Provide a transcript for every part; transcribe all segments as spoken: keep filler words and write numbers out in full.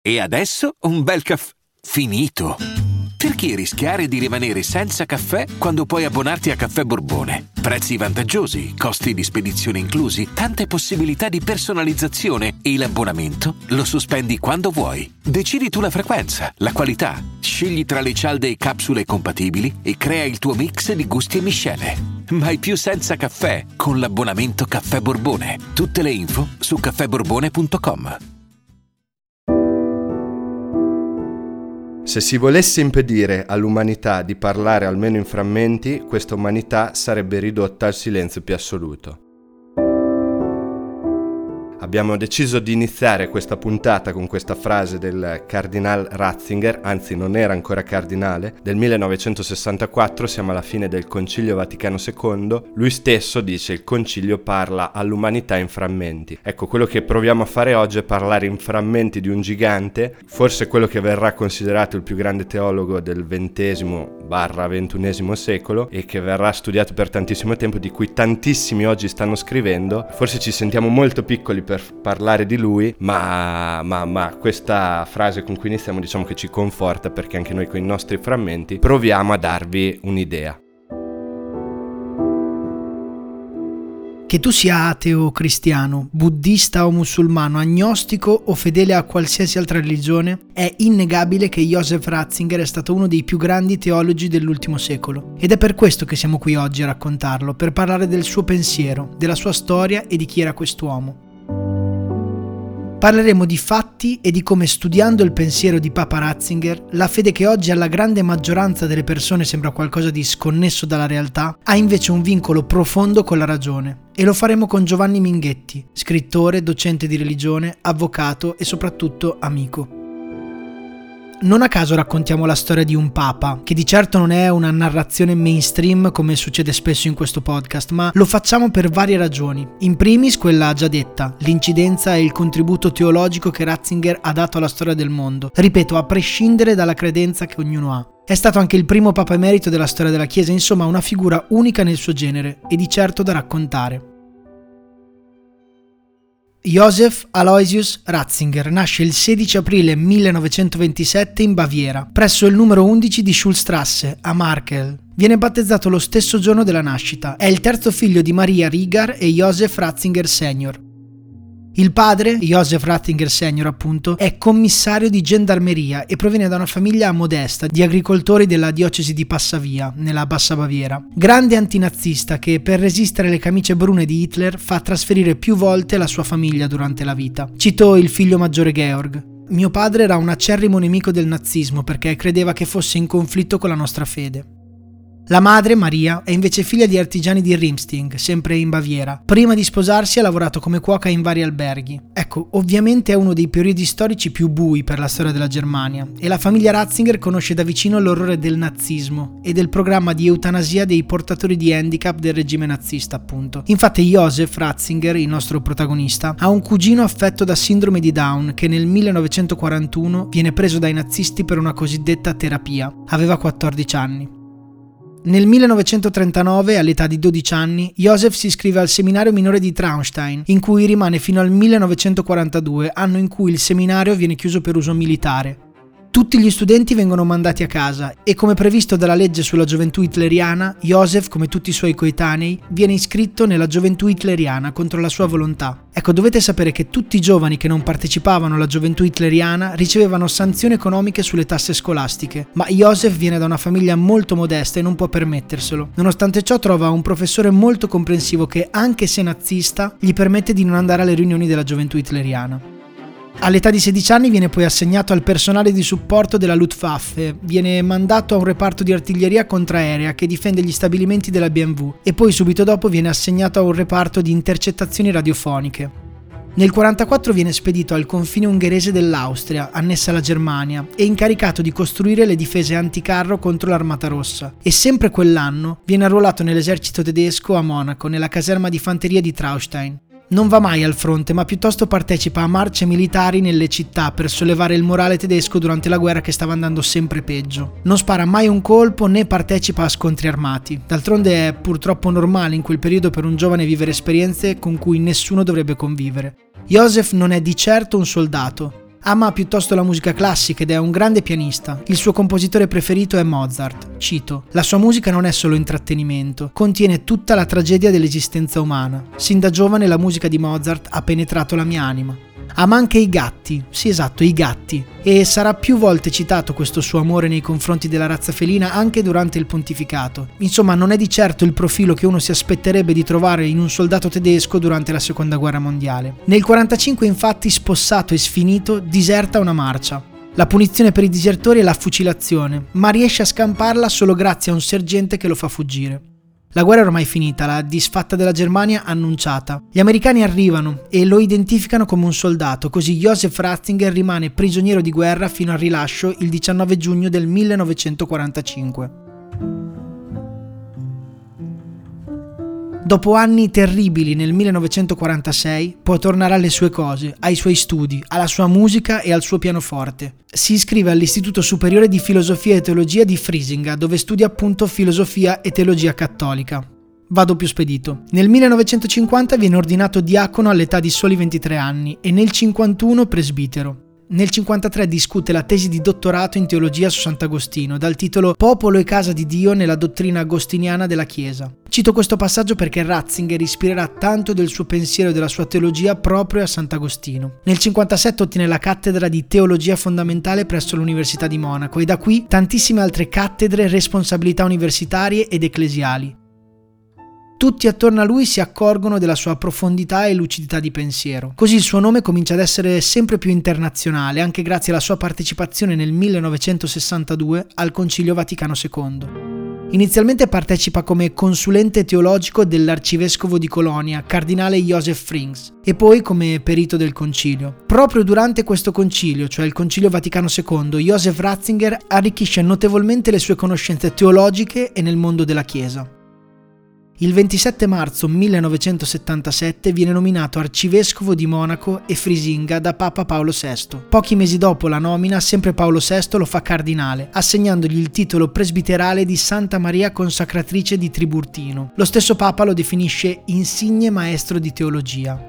E adesso un bel caffè finito. Perché rischiare di rimanere senza caffè quando puoi abbonarti a Caffè Borbone? Prezzi vantaggiosi, costi di spedizione inclusi, tante possibilità di personalizzazione e l'abbonamento lo sospendi quando vuoi. Decidi tu la frequenza, la qualità, scegli tra le cialde e capsule compatibili e crea il tuo mix di gusti e miscele. Mai più senza caffè con l'abbonamento Caffè Borbone. Tutte le info su caffè borbone punto com. Se si volesse impedire all'umanità di parlare almeno in frammenti, questa umanità sarebbe ridotta al silenzio più assoluto. Abbiamo deciso di iniziare questa puntata con questa frase del Cardinal Ratzinger, anzi non era ancora cardinale, del millenovecentosessantaquattro, siamo alla fine del Concilio Vaticano secondo, lui stesso dice: il Concilio parla all'umanità in frammenti. Ecco, quello che proviamo a fare oggi è parlare in frammenti di un gigante, forse quello che verrà considerato il più grande teologo del ventesimo barra ventunesimo secolo e che verrà studiato per tantissimo tempo, di cui tantissimi oggi stanno scrivendo. Forse ci sentiamo molto piccoli per parlare di lui, ma, ma, ma questa frase con cui iniziamo diciamo che ci conforta, perché anche noi con i nostri frammenti proviamo a darvi un'idea. Che tu sia ateo o cristiano, buddista o musulmano, agnostico o fedele a qualsiasi altra religione, è innegabile che Joseph Ratzinger è stato uno dei più grandi teologi dell'ultimo secolo. Ed è per questo che siamo qui oggi a raccontarlo, per parlare del suo pensiero, della sua storia e di chi era quest'uomo. Parleremo di fatti e di come, studiando il pensiero di Papa Ratzinger, la fede che oggi alla grande maggioranza delle persone sembra qualcosa di sconnesso dalla realtà, ha invece un vincolo profondo con la ragione. E lo faremo con Giovanni Minghetti, scrittore, docente di religione, avvocato e soprattutto amico. Non a caso raccontiamo la storia di un papa, che di certo non è una narrazione mainstream come succede spesso in questo podcast, ma lo facciamo per varie ragioni. In primis quella già detta, l'incidenza e il contributo teologico che Ratzinger ha dato alla storia del mondo, ripeto, a prescindere dalla credenza che ognuno ha. È stato anche il primo papa emerito della storia della Chiesa, insomma una figura unica nel suo genere e di certo da raccontare. Joseph Aloysius Ratzinger nasce il sedici aprile millenovecentoventisette in Baviera, presso il numero undici di Schulstrasse, a Markel. Viene battezzato lo stesso giorno della nascita. È il terzo figlio di Maria Rigar e Joseph Ratzinger senior. Il padre, Joseph Ratzinger senior appunto, è commissario di gendarmeria e proviene da una famiglia modesta di agricoltori della diocesi di Passavia, nella Bassa Baviera. Grande antinazista che, per resistere alle camicie brune di Hitler, fa trasferire più volte la sua famiglia durante la vita. Cito il figlio maggiore Georg. Mio padre era un acerrimo nemico del nazismo perché credeva che fosse in conflitto con la nostra fede. La madre, Maria, è invece figlia di artigiani di Rimsting, sempre in Baviera. Prima di sposarsi ha lavorato come cuoca in vari alberghi. Ecco, ovviamente è uno dei periodi storici più bui per la storia della Germania e la famiglia Ratzinger conosce da vicino l'orrore del nazismo e del programma di eutanasia dei portatori di handicap del regime nazista, appunto. Infatti Joseph Ratzinger, il nostro protagonista, ha un cugino affetto da sindrome di Down che nel millenovecentoquarantuno viene preso dai nazisti per una cosiddetta terapia. Aveva quattordici anni. Nel millenovecentotrentanove, all'età di dodici anni, Joseph si iscrive al seminario minore di Traunstein, in cui rimane fino al millenovecentoquarantadue, anno in cui il seminario viene chiuso per uso militare. Tutti gli studenti vengono mandati a casa e, come previsto dalla legge sulla gioventù hitleriana, Joseph, come tutti i suoi coetanei, viene iscritto nella gioventù hitleriana contro la sua volontà. Ecco, dovete sapere che tutti i giovani che non partecipavano alla gioventù hitleriana ricevevano sanzioni economiche sulle tasse scolastiche, ma Joseph viene da una famiglia molto modesta e non può permetterselo. Nonostante ciò trova un professore molto comprensivo che, anche se nazista, gli permette di non andare alle riunioni della gioventù hitleriana. All'età di sedici anni viene poi assegnato al personale di supporto della Luftwaffe, viene mandato a un reparto di artiglieria contraerea che difende gli stabilimenti della B M W e poi subito dopo viene assegnato a un reparto di intercettazioni radiofoniche. Nel millenovecentoquarantaquattro viene spedito al confine ungherese dell'Austria, annessa alla Germania, e incaricato di costruire le difese anticarro contro l'Armata Rossa. E sempre quell'anno viene arruolato nell'esercito tedesco a Monaco, nella caserma di fanteria di Traunstein. Non va mai al fronte, ma piuttosto partecipa a marce militari nelle città per sollevare il morale tedesco durante la guerra che stava andando sempre peggio. Non spara mai un colpo né partecipa a scontri armati. D'altronde è purtroppo normale in quel periodo per un giovane vivere esperienze con cui nessuno dovrebbe convivere. Joseph non è di certo un soldato. Ama piuttosto la musica classica ed è un grande pianista. Il suo compositore preferito è Mozart. Cito: la sua musica non è solo intrattenimento, contiene tutta la tragedia dell'esistenza umana. Sin da giovane la musica di Mozart ha penetrato la mia anima. Ama anche i gatti, sì esatto, i gatti, e sarà più volte citato questo suo amore nei confronti della razza felina anche durante il pontificato. Insomma, non è di certo il profilo che uno si aspetterebbe di trovare in un soldato tedesco durante la seconda guerra mondiale. Nel quarantacinque, infatti, spossato e sfinito, diserta una marcia. La punizione per i disertori è la fucilazione, ma riesce a scamparla solo grazie a un sergente che lo fa fuggire. La guerra è ormai finita, la disfatta della Germania annunciata. Gli americani arrivano e lo identificano come un soldato, così Joseph Ratzinger rimane prigioniero di guerra fino al rilascio il diciannove giugno del millenovecentoquarantacinque. Dopo anni terribili nel millenovecentoquarantasei può tornare alle sue cose, ai suoi studi, alla sua musica e al suo pianoforte. Si iscrive all'Istituto Superiore di Filosofia e Teologia di Frisinga, dove studia appunto filosofia e teologia cattolica. Vado più spedito. Nel millenovecentocinquanta viene ordinato diacono all'età di soli ventitré anni e nel cinquantuno presbitero. Nel cinquantatré discute la tesi di dottorato in teologia su Sant'Agostino, dal titolo Popolo e casa di Dio nella dottrina agostiniana della Chiesa. Cito questo passaggio perché Ratzinger ispirerà tanto del suo pensiero e della sua teologia proprio a Sant'Agostino. Nel cinquantasette ottiene la cattedra di teologia fondamentale presso l'Università di Monaco e da qui tantissime altre cattedre e responsabilità universitarie ed ecclesiali. Tutti attorno a lui si accorgono della sua profondità e lucidità di pensiero. Così il suo nome comincia ad essere sempre più internazionale, anche grazie alla sua partecipazione nel millenovecentosessantadue al Concilio Vaticano secondo. Inizialmente partecipa come consulente teologico dell'arcivescovo di Colonia, cardinale Joseph Frings, e poi come perito del concilio. Proprio durante questo concilio, cioè il Concilio Vaticano secondo, Joseph Ratzinger arricchisce notevolmente le sue conoscenze teologiche e nel mondo della Chiesa. Il ventisette marzo millenovecentosettantasette viene nominato arcivescovo di Monaco e Frisinga da Papa Paolo sesto. Pochi mesi dopo la nomina, sempre Paolo sesto lo fa cardinale, assegnandogli il titolo presbiterale di Santa Maria Consacratrice di Tiburtino. Lo stesso Papa lo definisce insigne maestro di teologia.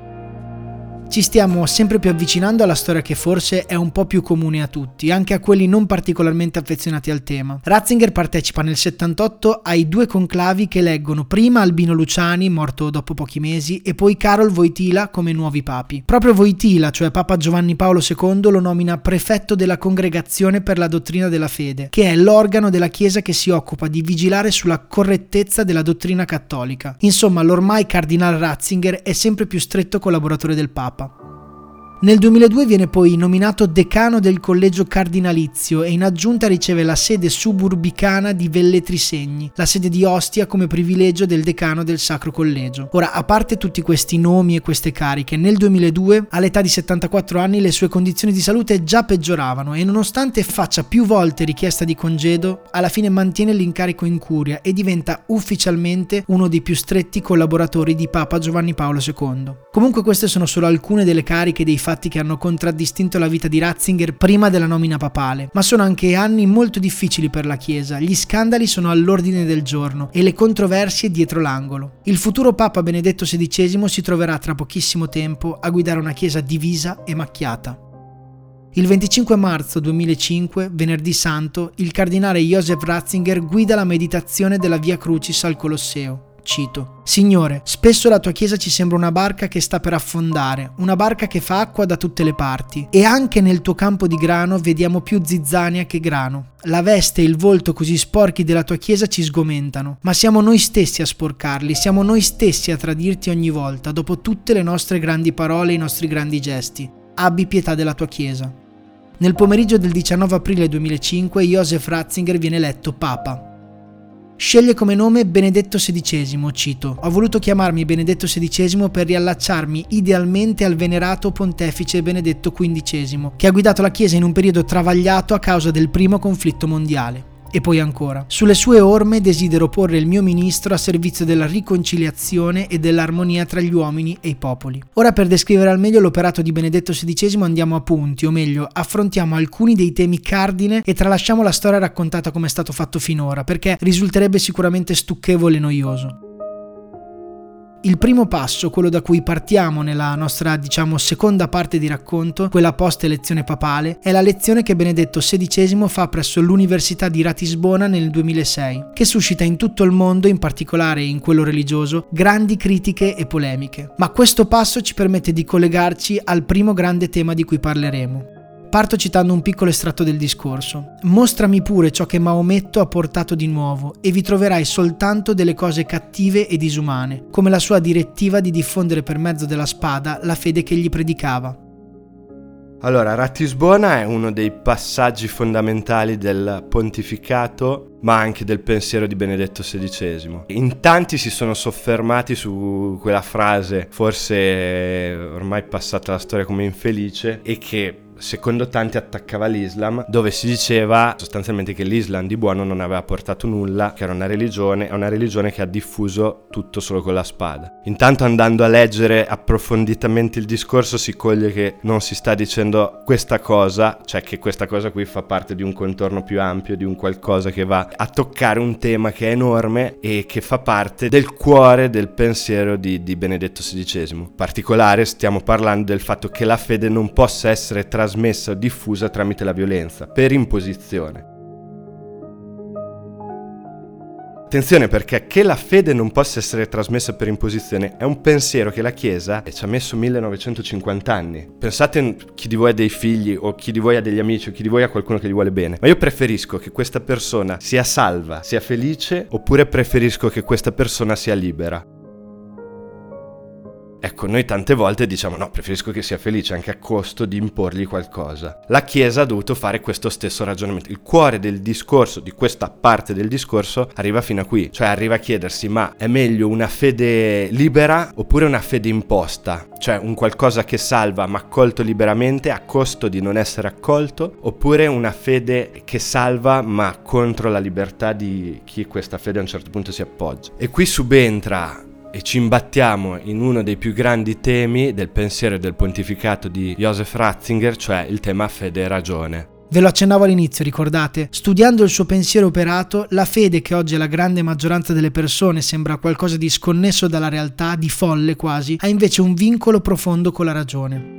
Ci stiamo sempre più avvicinando alla storia che forse è un po' più comune a tutti, anche a quelli non particolarmente affezionati al tema. Ratzinger partecipa nel settantotto ai due conclavi che eleggono prima Albino Luciani, morto dopo pochi mesi, e poi Karol Wojtyla come nuovi papi. Proprio Wojtyla, cioè Papa Giovanni Paolo secondo, lo nomina prefetto della Congregazione per la Dottrina della Fede, che è l'organo della Chiesa che si occupa di vigilare sulla correttezza della dottrina cattolica. Insomma, l'ormai cardinal Ratzinger è sempre più stretto collaboratore del Papa. Nel duemiladue viene poi nominato decano del collegio cardinalizio e in aggiunta riceve la sede suburbicana di Velletri Segni, la sede di Ostia come privilegio del decano del Sacro Collegio. Ora, a parte tutti questi nomi e queste cariche, nel duemiladue, all'età di settantaquattro anni, le sue condizioni di salute già peggioravano e nonostante faccia più volte richiesta di congedo, alla fine mantiene l'incarico in curia e diventa ufficialmente uno dei più stretti collaboratori di Papa Giovanni Paolo secondo. Comunque queste sono solo alcune delle cariche dei fatti che hanno contraddistinto la vita di Ratzinger prima della nomina papale, ma sono anche anni molto difficili per la Chiesa. Gli scandali sono all'ordine del giorno e le controversie dietro l'angolo. Il futuro Papa Benedetto sedicesimo si troverà tra pochissimo tempo a guidare una Chiesa divisa e macchiata. Il venticinque marzo duemilacinque, venerdì santo, il cardinale Joseph Ratzinger guida la meditazione della Via Crucis al Colosseo. Cito: Signore, spesso la tua Chiesa ci sembra una barca che sta per affondare, una barca che fa acqua da tutte le parti, e anche nel tuo campo di grano vediamo più zizzania che grano. La veste e il volto così sporchi della tua Chiesa ci sgomentano, ma siamo noi stessi a sporcarli, siamo noi stessi a tradirti ogni volta, dopo tutte le nostre grandi parole e i nostri grandi gesti. Abbi pietà della tua Chiesa. Nel pomeriggio del diciannove aprile duemilacinque, Joseph Ratzinger viene eletto Papa. Sceglie come nome Benedetto sedicesimo, cito: ho voluto chiamarmi Benedetto sedicesimo per riallacciarmi idealmente al venerato pontefice Benedetto quindicesimo, che ha guidato la Chiesa in un periodo travagliato a causa del primo conflitto mondiale. E poi ancora: sulle sue orme desidero porre il mio ministro a servizio della riconciliazione e dell'armonia tra gli uomini e i popoli. Ora, per descrivere al meglio l'operato di Benedetto sedicesimo andiamo a punti, o meglio, affrontiamo alcuni dei temi cardine e tralasciamo la storia raccontata come è stato fatto finora, perché risulterebbe sicuramente stucchevole e noioso. Il primo passo, quello da cui partiamo nella nostra, diciamo, seconda parte di racconto, quella post elezione papale, è la lezione che Benedetto sedicesimo fa presso l'Università di Ratisbona nel duemilasei, che suscita in tutto il mondo, in particolare in quello religioso, grandi critiche e polemiche. Ma questo passo ci permette di collegarci al primo grande tema di cui parleremo. Parto citando un piccolo estratto del discorso. Mostrami pure ciò che Maometto ha portato di nuovo e vi troverai soltanto delle cose cattive e disumane, come la sua direttiva di diffondere per mezzo della spada la fede che gli predicava. Allora, Ratisbona è uno dei passaggi fondamentali del pontificato, ma anche del pensiero di Benedetto sedicesimo. In tanti si sono soffermati su quella frase, forse ormai passata la storia come infelice, e che secondo tanti attaccava l'Islam, dove si diceva sostanzialmente che l'Islam di buono non aveva portato nulla, che era una religione, è una religione che ha diffuso tutto solo con la spada. Intanto, andando a leggere approfonditamente il discorso, si coglie che non si sta dicendo questa cosa, cioè che questa cosa qui fa parte di un contorno più ampio, di un qualcosa che va a toccare un tema che è enorme e che fa parte del cuore del pensiero di, di Benedetto sedicesimo. In particolare stiamo parlando del fatto che la fede non possa essere trasmessa trasmessa o diffusa tramite la violenza, per imposizione. Attenzione, perché che la fede non possa essere trasmessa per imposizione è un pensiero che la Chiesa ci ha messo millenovecentocinquanta anni. Pensate, chi di voi ha dei figli, o chi di voi ha degli amici, o chi di voi ha qualcuno che gli vuole bene. Ma io preferisco che questa persona sia salva, sia felice, oppure preferisco che questa persona sia libera. Ecco, noi tante volte diciamo no, preferisco che sia felice anche a costo di imporgli qualcosa. La Chiesa ha dovuto fare questo stesso ragionamento. Il cuore del discorso, di questa parte del discorso, arriva fino a qui. Cioè arriva a chiedersi, ma è meglio una fede libera oppure una fede imposta? Cioè un qualcosa che salva ma accolto liberamente a costo di non essere accolto? Oppure una fede che salva ma contro la libertà di chi questa fede a un certo punto si appoggia? E qui subentra e ci imbattiamo in uno dei più grandi temi del pensiero e del pontificato di Joseph Ratzinger, cioè il tema fede e ragione. Ve lo accennavo all'inizio, ricordate? Studiando il suo pensiero operato, la fede, che oggi alla grande maggioranza delle persone sembra qualcosa di sconnesso dalla realtà, di folle quasi, ha invece un vincolo profondo con la ragione.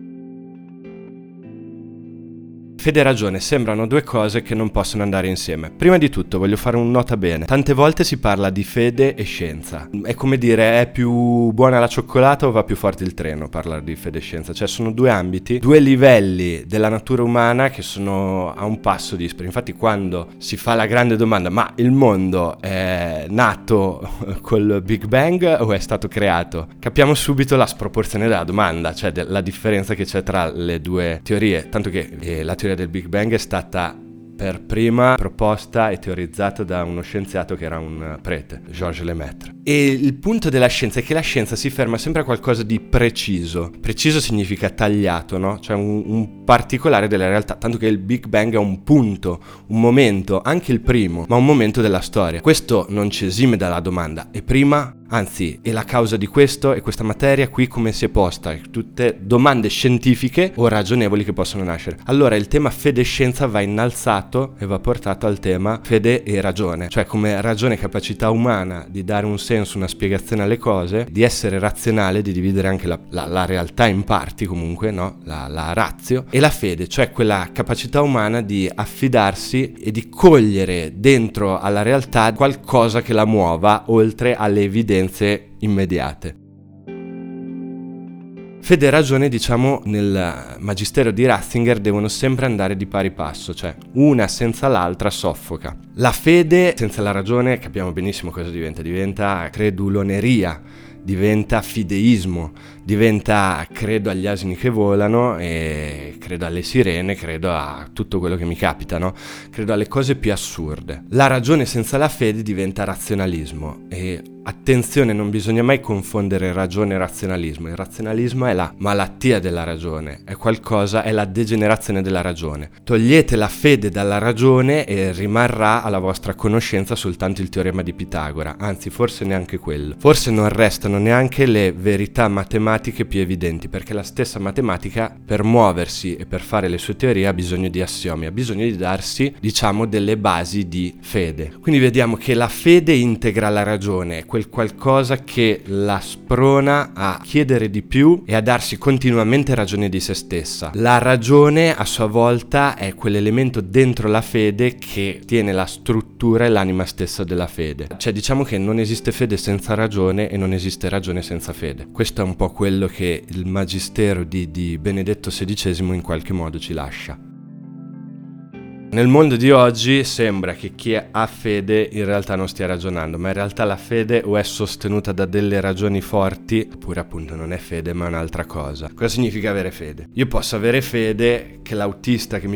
Fede e ragione sembrano due cose che non possono andare insieme. Prima di tutto voglio fare un nota bene. Tante volte si parla di fede e scienza. È come dire, è più buona la cioccolata o va più forte il treno parlare di fede e scienza. Cioè sono due ambiti, due livelli della natura umana che sono a un passo dispari. Infatti quando si fa la grande domanda, ma il mondo è nato col Big Bang o è stato creato? Capiamo subito la sproporzione della domanda, cioè la differenza che c'è tra le due teorie. Tanto che eh, la teoria del Big Bang è stata per prima proposta e teorizzata da uno scienziato che era un prete, Georges Lemaitre. E il punto della scienza è che la scienza si ferma sempre a qualcosa di preciso. Preciso significa tagliato, no? Cioè un, un particolare della realtà, tanto che il Big Bang è un punto, un momento, anche il primo, ma un momento della storia. Questo non ci esime dalla domanda, e prima? Anzi, è la causa di questo e questa materia qui come si è posta? Tutte domande scientifiche o ragionevoli che possono nascere. Allora il tema fede e scienza va innalzato e va portato al tema fede e ragione, cioè come ragione e capacità umana di dare un senso, una spiegazione alle cose, di essere razionale, di dividere anche la, la, la realtà in parti comunque, no? La, la ratio, e la fede, cioè quella capacità umana di affidarsi e di cogliere dentro alla realtà qualcosa che la muova oltre alle evidenze immediate. Fede e ragione, diciamo, nel magistero di Ratzinger devono sempre andare di pari passo, cioè una senza l'altra soffoca. La fede senza la ragione, capiamo benissimo cosa diventa, diventa creduloneria, diventa fideismo, diventa credo agli asini che volano e credo alle sirene, credo a tutto quello che mi capita, no? Credo alle cose più assurde. La ragione senza la fede diventa razionalismo e attenzione, non bisogna mai confondere ragione e razionalismo. Il razionalismo è la malattia della ragione, è qualcosa, è la degenerazione della ragione. Togliete la fede dalla ragione e rimarrà alla vostra conoscenza soltanto il teorema di Pitagora, anzi forse neanche quello. Forse non restano neanche le verità matematiche più evidenti, perché la stessa matematica per muoversi e per fare le sue teorie ha bisogno di assiomi, ha bisogno di darsi, diciamo, delle basi di fede. Quindi vediamo che la fede integra la ragione. quel qualcosa che la sprona a chiedere di più e a darsi continuamente ragione di se stessa. La ragione a sua volta è quell'elemento dentro la fede che tiene la struttura e l'anima stessa della fede. Cioè diciamo che non esiste fede senza ragione e non esiste ragione senza fede. Questo è un po' quello che il magistero di, di Benedetto sedicesimo in qualche modo ci lascia. Nel mondo di oggi sembra che chi ha fede in realtà non stia ragionando, ma in realtà la fede o è sostenuta da delle ragioni forti, oppure appunto non è fede ma è un'altra cosa. Cosa significa avere fede? Io posso avere fede che l'autista che mi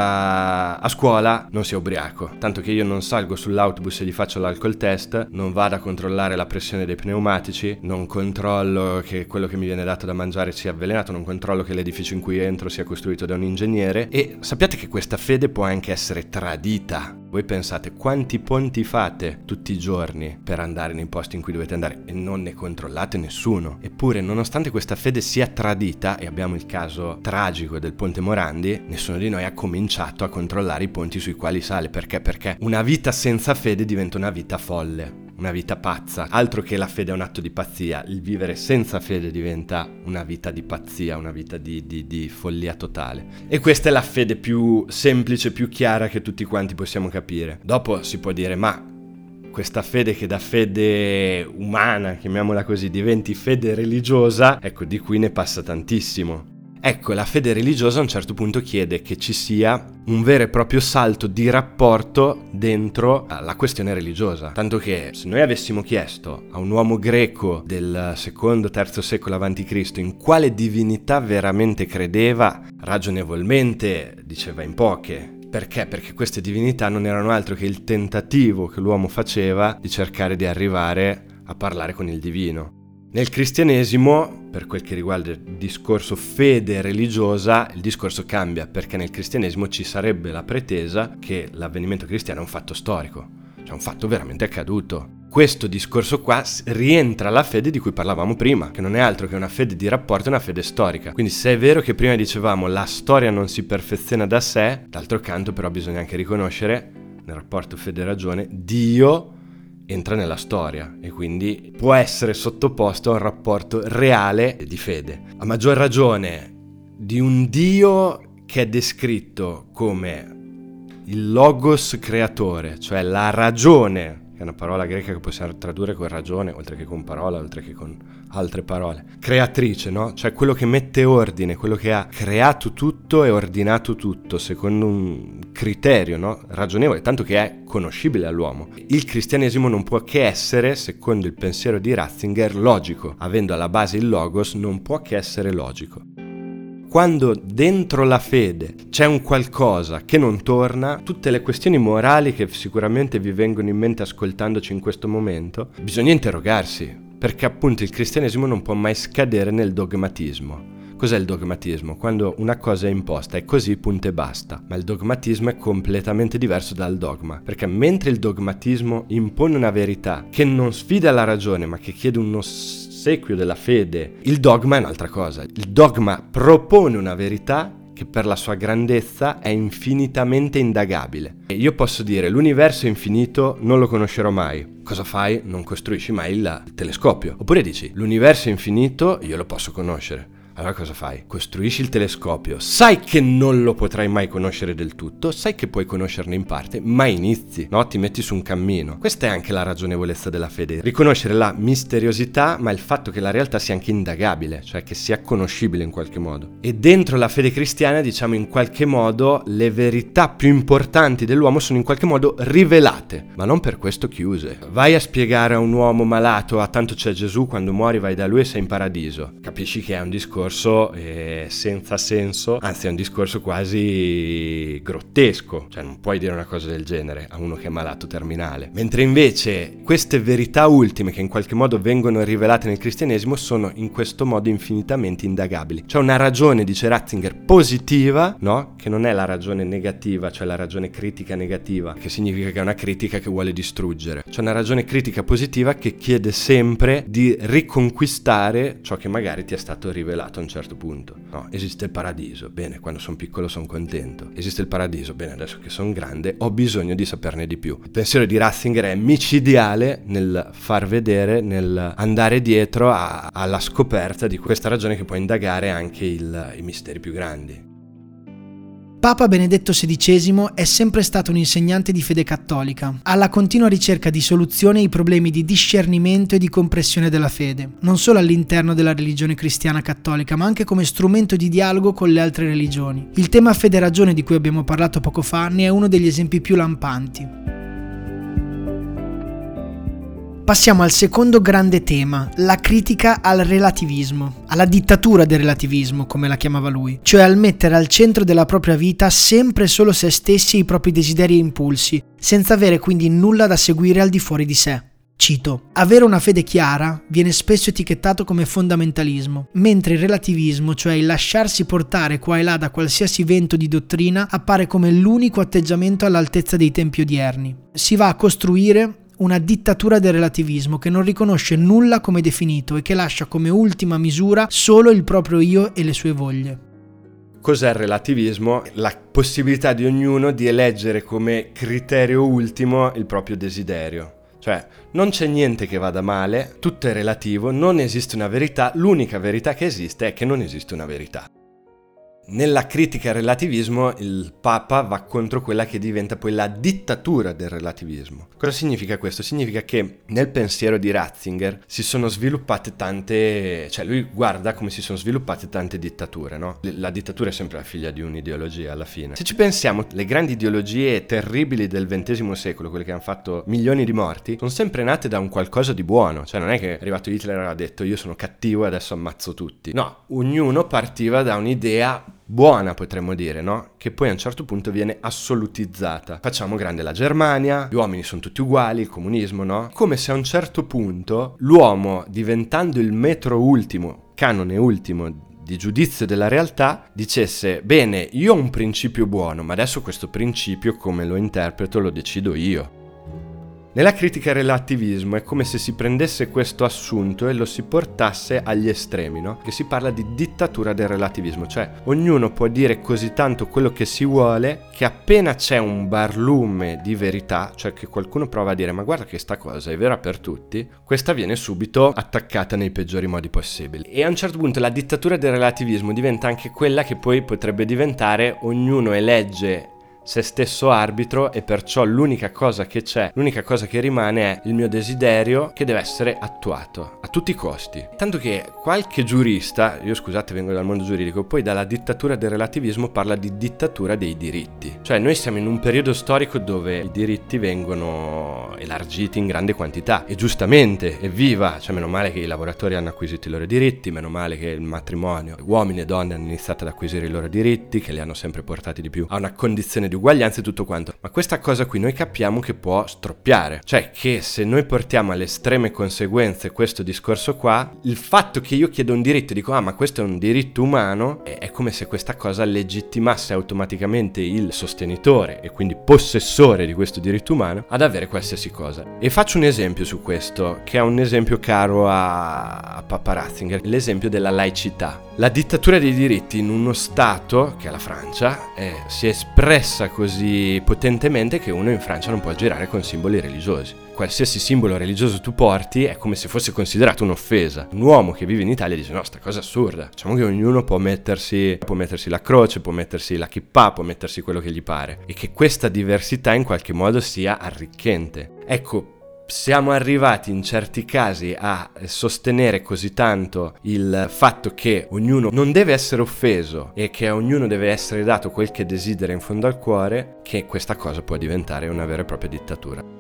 porta a scuola non sia ubriaco, tanto che io non salgo sull'autobus e gli faccio l'alcol test, non vado a controllare la pressione dei pneumatici, non controllo che quello che mi viene dato da mangiare sia avvelenato, non controllo che l'edificio in cui entro sia costruito da un ingegnere, e sappiate che questa fede può anche anche essere tradita. Voi pensate quanti ponti fate tutti i giorni per andare nei posti in cui dovete andare e non ne controllate nessuno. Eppure, nonostante questa fede sia tradita, e abbiamo il caso tragico del Ponte Morandi, nessuno di noi ha cominciato a controllare i ponti sui quali sale. Perché? Perché una vita senza fede diventa una vita folle, una vita pazza. Altro che la fede è un atto di pazzia, il vivere senza fede diventa una vita di pazzia, una vita di, di, di follia totale. E questa è la fede più semplice, più chiara che tutti quanti possiamo capire. Capire. Dopo si può dire, ma questa fede che da fede umana, chiamiamola così, diventi fede religiosa, ecco, di qui ne passa tantissimo. Ecco, la fede religiosa a un certo punto chiede che ci sia un vero e proprio salto di rapporto dentro la questione religiosa. Tanto che se noi avessimo chiesto a un uomo greco del secondo terzo secolo avanti Cristo in quale divinità veramente credeva, ragionevolmente diceva in poche. Perché? Perché queste divinità non erano altro che il tentativo che l'uomo faceva di cercare di arrivare a parlare con il divino. Nel cristianesimo, per quel che riguarda il discorso fede religiosa, il discorso cambia, perché nel cristianesimo ci sarebbe la pretesa che l'avvenimento cristiano è un fatto storico, cioè un fatto veramente accaduto. Questo discorso qua rientra alla fede di cui parlavamo prima, che non è altro che una fede di rapporto e una fede storica. Quindi se è vero che prima dicevamo la storia non si perfeziona da sé, d'altro canto però bisogna anche riconoscere, nel rapporto fede-ragione, Dio entra nella storia e quindi può essere sottoposto a un rapporto reale di fede. A maggior ragione di un Dio che è descritto come il logos creatore, cioè la ragione, che è una parola greca che possiamo tradurre con ragione, oltre che con parola, oltre che con altre parole. Creatrice, no? Cioè quello che mette ordine, quello che ha creato tutto e ordinato tutto secondo un criterio, no? Ragionevole, tanto che è conoscibile all'uomo. Il cristianesimo non può che essere, secondo il pensiero di Ratzinger, logico. Avendo alla base il logos, non può che essere logico. Quando dentro la fede c'è un qualcosa che non torna, tutte le questioni morali che sicuramente vi vengono in mente ascoltandoci in questo momento, bisogna interrogarsi, perché appunto il cristianesimo non può mai scadere nel dogmatismo. Cos'è il dogmatismo? Quando una cosa è imposta, è così, punto e basta. Ma il dogmatismo è completamente diverso dal dogma, perché mentre il dogmatismo impone una verità che non sfida la ragione, ma che chiede uno ossequio della fede, il dogma è un'altra cosa. Il dogma propone una verità che per la sua grandezza è infinitamente indagabile. E io posso dire, l'universo è infinito, non lo conoscerò mai. Cosa fai? Non costruisci mai il telescopio. Oppure dici, l'universo è infinito, io lo posso conoscere. Allora cosa fai? Costruisci il telescopio, sai che non lo potrai mai conoscere del tutto, sai che puoi conoscerne in parte, ma inizi, no? Ti metti su un cammino. Questa è anche la ragionevolezza della fede, riconoscere la misteriosità, ma il fatto che la realtà sia anche indagabile, cioè che sia conoscibile in qualche modo. E dentro la fede cristiana, diciamo, in qualche modo le verità più importanti dell'uomo sono in qualche modo rivelate, ma non per questo chiuse. Vai a spiegare a un uomo malato, ah, tanto c'è Gesù, quando muori vai da lui e sei in paradiso. Capisci che è un discorso Eh, senza senso, anzi è un discorso quasi grottesco, cioè non puoi dire una cosa del genere a uno che è malato terminale. Mentre invece queste verità ultime che in qualche modo vengono rivelate nel cristianesimo sono in questo modo infinitamente indagabili. C'è una ragione, dice Ratzinger, positiva, no? Che non è la ragione negativa, cioè la ragione critica negativa, che significa che è una critica che vuole distruggere. C'è una ragione critica positiva che chiede sempre di riconquistare ciò che magari ti è stato rivelato a un certo punto. No, esiste il paradiso, bene, quando sono piccolo sono contento. Esiste il paradiso, bene, adesso che sono grande ho bisogno di saperne di più. Il pensiero di Ratzinger è micidiale nel far vedere, nel andare dietro a, alla scoperta di questa ragione che può indagare anche il, i misteri più grandi. Papa Benedetto sedicesimo è sempre stato un insegnante di fede cattolica, alla continua ricerca di soluzioni ai problemi di discernimento e di comprensione della fede, non solo all'interno della religione cristiana cattolica, ma anche come strumento di dialogo con le altre religioni. Il tema fede-ragione di cui abbiamo parlato poco fa ne è uno degli esempi più lampanti. Passiamo al secondo grande tema, la critica al relativismo, alla dittatura del relativismo, come la chiamava lui, cioè al mettere al centro della propria vita sempre solo se stessi e i propri desideri e impulsi, senza avere quindi nulla da seguire al di fuori di sé. Cito: avere una fede chiara viene spesso etichettato come fondamentalismo, mentre il relativismo, cioè il lasciarsi portare qua e là da qualsiasi vento di dottrina, appare come l'unico atteggiamento all'altezza dei tempi odierni. Si va a costruire una dittatura del relativismo che non riconosce nulla come definito e che lascia come ultima misura solo il proprio io e le sue voglie. Cos'è il relativismo? La possibilità di ognuno di eleggere come criterio ultimo il proprio desiderio. Cioè, non c'è niente che vada male, tutto è relativo, non esiste una verità, l'unica verità che esiste è che non esiste una verità. Nella critica al relativismo il Papa va contro quella che diventa poi la dittatura del relativismo. Cosa significa questo? Significa che nel pensiero di Ratzinger si sono sviluppate tante, cioè lui guarda come si sono sviluppate tante dittature, no? La dittatura è sempre la figlia di un'ideologia alla fine. Se ci pensiamo, le grandi ideologie terribili del ventesimo secolo, quelle che hanno fatto milioni di morti, sono sempre nate da un qualcosa di buono. Cioè non è che è arrivato Hitler e ha detto io sono cattivo e adesso ammazzo tutti. No, ognuno partiva da un'idea buona, potremmo dire, no? Che poi a un certo punto viene assolutizzata. Facciamo grande la Germania, gli uomini sono tutti uguali, il comunismo, no? Come se a un certo punto l'uomo, diventando il metro ultimo, canone ultimo di giudizio della realtà, dicesse bene, io ho un principio buono, ma adesso questo principio come lo interpreto lo decido io. Nella critica al relativismo è come se si prendesse questo assunto e lo si portasse agli estremi, no? Che si parla di dittatura del relativismo, cioè ognuno può dire così tanto quello che si vuole che appena c'è un barlume di verità, cioè che qualcuno prova a dire ma guarda che sta cosa è vera per tutti, questa viene subito attaccata nei peggiori modi possibili. E a un certo punto la dittatura del relativismo diventa anche quella che poi potrebbe diventare ognuno elegge se stesso arbitro e perciò l'unica cosa che c'è, l'unica cosa che rimane è il mio desiderio che deve essere attuato a tutti i costi. Tanto che qualche giurista, io scusate vengo dal mondo giuridico, poi dalla dittatura del relativismo parla di dittatura dei diritti. Cioè noi siamo in un periodo storico dove i diritti vengono elargiti in grande quantità e giustamente, evviva, cioè meno male che i lavoratori hanno acquisito i loro diritti, meno male che il matrimonio, uomini e donne hanno iniziato ad acquisire i loro diritti, che li hanno sempre portati di più a una condizione di uguaglianza e tutto quanto, ma questa cosa qui noi capiamo che può stroppiare, cioè che se noi portiamo alle estreme conseguenze questo discorso qua, il fatto che io chiedo un diritto e dico ah ma questo è un diritto umano, è, è come se questa cosa legittimasse automaticamente il sostenitore e quindi possessore di questo diritto umano ad avere qualsiasi cosa. E faccio un esempio su questo che è un esempio caro a, a Papa Ratzinger, l'esempio della laicità. La dittatura dei diritti in uno stato, che è la Francia, eh, si è espressa così potentemente che uno in Francia non può girare con simboli religiosi. Qualsiasi simbolo religioso tu porti è come se fosse considerato un'offesa. Un uomo che vive in Italia dice no, sta cosa è assurda. Diciamo che ognuno può mettersi, può mettersi la croce, può mettersi la kippah, può mettersi quello che gli pare. E che questa diversità in qualche modo sia arricchente. Ecco, siamo arrivati in certi casi a sostenere così tanto il fatto che ognuno non deve essere offeso e che a ognuno deve essere dato quel che desidera in fondo al cuore, che questa cosa può diventare una vera e propria dittatura.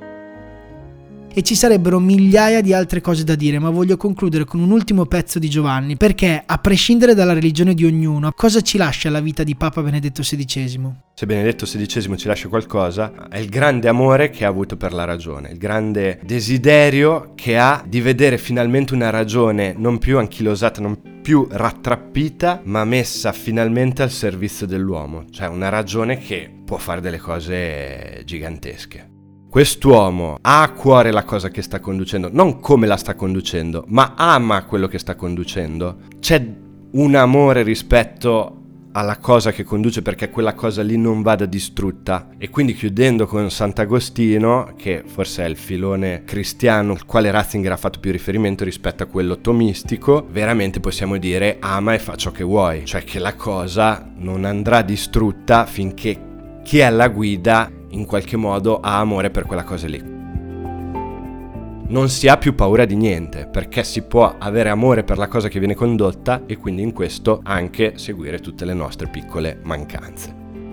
E ci sarebbero migliaia di altre cose da dire, ma voglio concludere con un ultimo pezzo di Giovanni, perché a prescindere dalla religione di ognuno, cosa ci lascia la vita di Papa Benedetto sedicesimo? Se Benedetto sedicesimo ci lascia qualcosa, è il grande amore che ha avuto per la ragione, il grande desiderio che ha di vedere finalmente una ragione non più anchilosata, non più rattrappita, ma messa finalmente al servizio dell'uomo, cioè una ragione che può fare delle cose gigantesche. Quest'uomo ha a cuore la cosa che sta conducendo, non come la sta conducendo, ma ama quello che sta conducendo. C'è un amore rispetto alla cosa che conduce, perché quella cosa lì non vada distrutta. E quindi, chiudendo con Sant'Agostino, che forse è il filone cristiano al quale Ratzinger ha fatto più riferimento rispetto a quello tomistico, veramente possiamo dire ama e fa ciò che vuoi, cioè che la cosa non andrà distrutta finché chi è alla guida in qualche modo ha amore per quella cosa lì. Non si ha più paura di niente, perché si può avere amore per la cosa che viene condotta e quindi in questo anche seguire tutte le nostre piccole mancanze.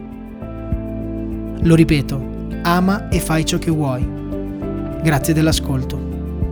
Lo ripeto, ama e fai ciò che vuoi. Grazie dell'ascolto.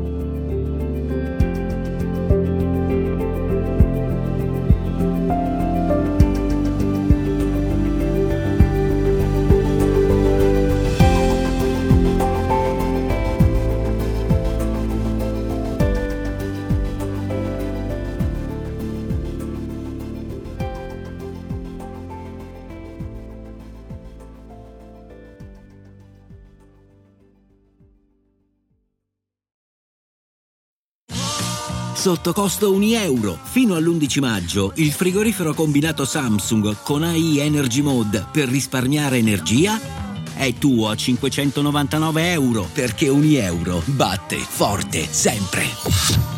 Sotto costo un euro. Fino all'undici maggio il frigorifero combinato Samsung con A I Energy Mode per risparmiare energia è tuo a cinquecentonovantanove euro, perché un euro batte forte sempre.